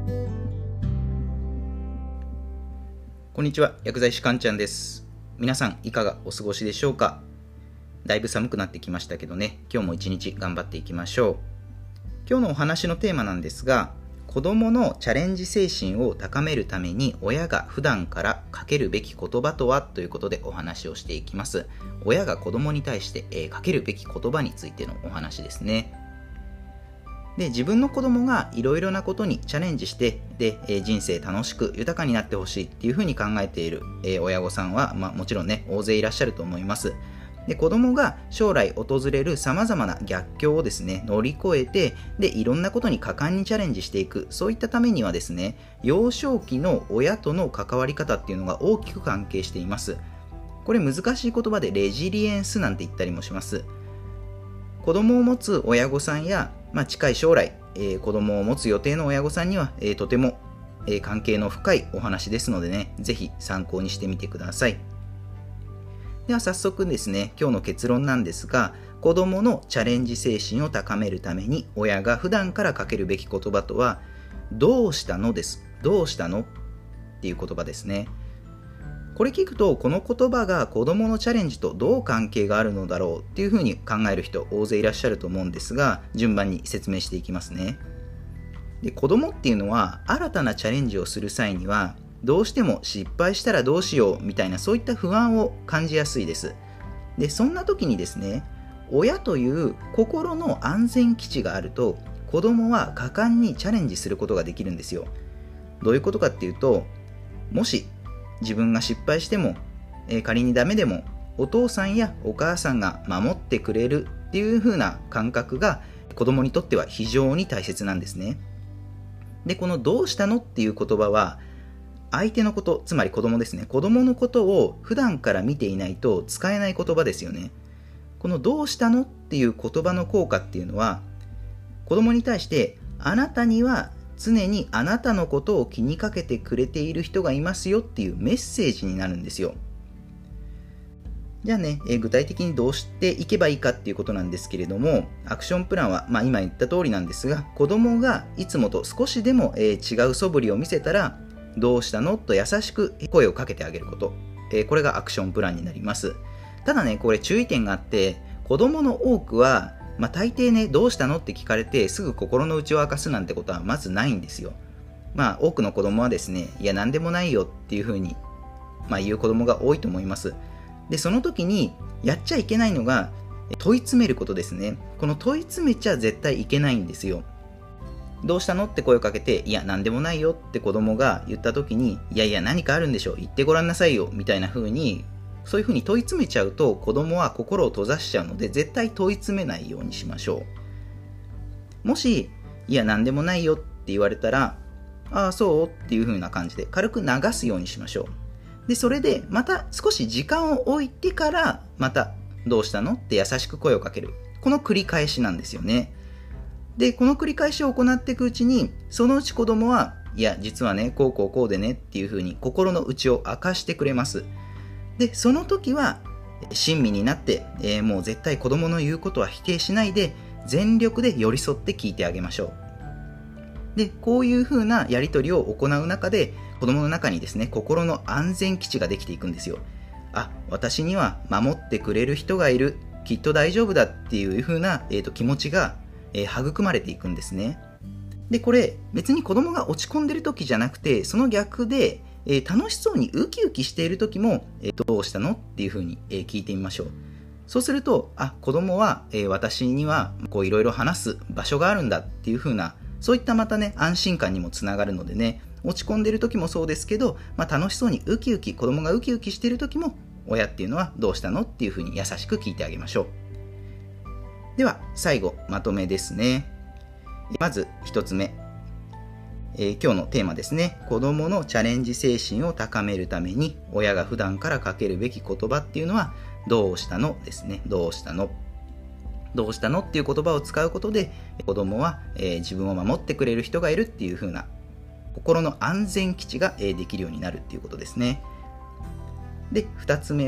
こんにちは、薬剤師かんちゃんです。皆さんいかがお過ごしでしょうか。だいぶ寒くなってきましたけどね、今日も一日頑張っていきましょう。今日のお話のテーマなんですが、子供のチャレンジ精神を高めるために親が普段からかけるべき言葉とはということでお話をしていきます。親が子供に対してかけるべき言葉についてのお話ですね。で、自分の子供がいろいろなことにチャレンジして、人生楽しく豊かになってほしいっていうふうに考えている、親御さんは、もちろんね、大勢いらっしゃると思います。で、子供が将来訪れる様々な逆境をですね、乗り越えて、で、いろんなことに果敢にチャレンジしていく、そういったためにはですね、幼少期の親との関わり方っていうのが大きく関係しています。これ難しい言葉でレジリエンスなんて言ったりもします。子供を持つ親御さんや、近い将来、子供を持つ予定の親御さんには、とても、関係の深いお話ですのでね、ぜひ参考にしてみてください。では早速ですね、今日の結論なんですが、子供のチャレンジ精神を高めるために親が普段からかけるべき言葉とは、どうしたのです。どうしたのっていう言葉ですね。これ聞くと、この言葉が子供のチャレンジとどう関係があるのだろうっていうふうに考える人大勢いらっしゃると思うんですが、順番に説明していきますね。で、子供っていうのは新たなチャレンジをする際には、どうしても失敗したらどうしようみたいな、そういった不安を感じやすいです。で、そんな時にですね、親という心の安全基地があると、子供は果敢にチャレンジすることができるんですよ。どういうことかっていうと、もし自分が失敗しても、仮にダメでもお父さんやお母さんが守ってくれるっていう風な感覚が子供にとっては非常に大切なんですね。で、このどうしたのっていう言葉は、相手のこと、つまり子供ですね。子供のことを普段から見ていないと使えない言葉ですよね。このどうしたのっていう言葉の効果っていうのは、子供に対して、あなたには常にあなたのことを気にかけてくれている人がいますよっていうメッセージになるんですよ。じゃあね、具体的にどうしていけばいいかっていうことなんですけれども、アクションプランは、今言った通りなんですが、子供がいつもと少しでも、違う素振りを見せたら、どうしたのと優しく声をかけてあげること、これがアクションプランになります。ただね、これ注意点があって、子供の多くは大抵ね、どうしたのって聞かれてすぐ心の内を明かすなんてことはまずないんですよ。多くの子供はですね、いや何でもないよっていうふうに、言う子供が多いと思います。で、その時にやっちゃいけないのが問い詰めることですね。この問い詰めちゃ絶対いけないんですよ。どうしたのって声をかけて、いや何でもないよって子供が言った時に、いやいや何かあるんでしょ、言ってごらんなさいよみたいな風に、そういう風に問い詰めちゃうと子供は心を閉ざしちゃうので、絶対問い詰めないようにしましょう。もし、いや何でもないよって言われたら、ああそうっていう風な感じで軽く流すようにしましょう。で、それでまた少し時間を置いてから、またどうしたのって優しく声をかける。この繰り返しなんですよね。で、この繰り返しを行っていくうちに、そのうち子供は、いや実はね、こうこうこうでねっていう風に心の内を明かしてくれます。で、その時は親身になって、もう絶対子供の言うことは否定しないで、全力で寄り添って聞いてあげましょう。で、こういう風なやり取りを行う中で、子供の中にですね、心の安全基地ができていくんですよ。あ、私には守ってくれる人がいる、きっと大丈夫だっていう風な、気持ちが、育まれていくんですね。で、これ別に子供が落ち込んでる時じゃなくて、その逆で、楽しそうにウキウキしている時も、どうしたのっていう風に、聞いてみましょう。そうすると、子供は、私にはこういろいろ話す場所があるんだっていう風な、そういったまたね、安心感にもつながるのでね、落ち込んでる時もそうですけど、楽しそうにウキウキ、子供がウキウキしている時も、親っていうのはどうしたのっていう風に優しく聞いてあげましょう。では最後、まとめですね。まず一つ目、今日のテーマですね。子供のチャレンジ精神を高めるために親が普段からかけるべき言葉っていうのは、どうしたのですね。どうしたの、どうしたのっていう言葉を使うことで、子供は、自分を守ってくれる人がいるっていう風な心の安全基地が、できるようになるっていうことですね。で、2つ目は、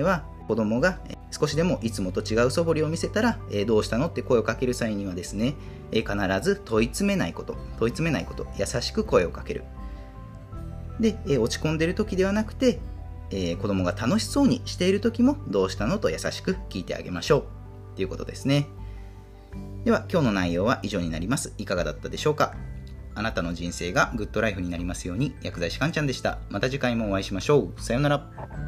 子供が少しでもいつもと違う素振りを見せたら、どうしたのって声をかける際にはですね、必ず問い詰めないこと、優しく声をかける。で、落ち込んでいる時ではなくて、子供が楽しそうにしている時もどうしたのと優しく聞いてあげましょうということですね。では今日の内容は以上になります。いかがだったでしょうか。あなたの人生がグッドライフになりますように。薬剤師かんちゃんでした。また次回もお会いしましょう。さようなら。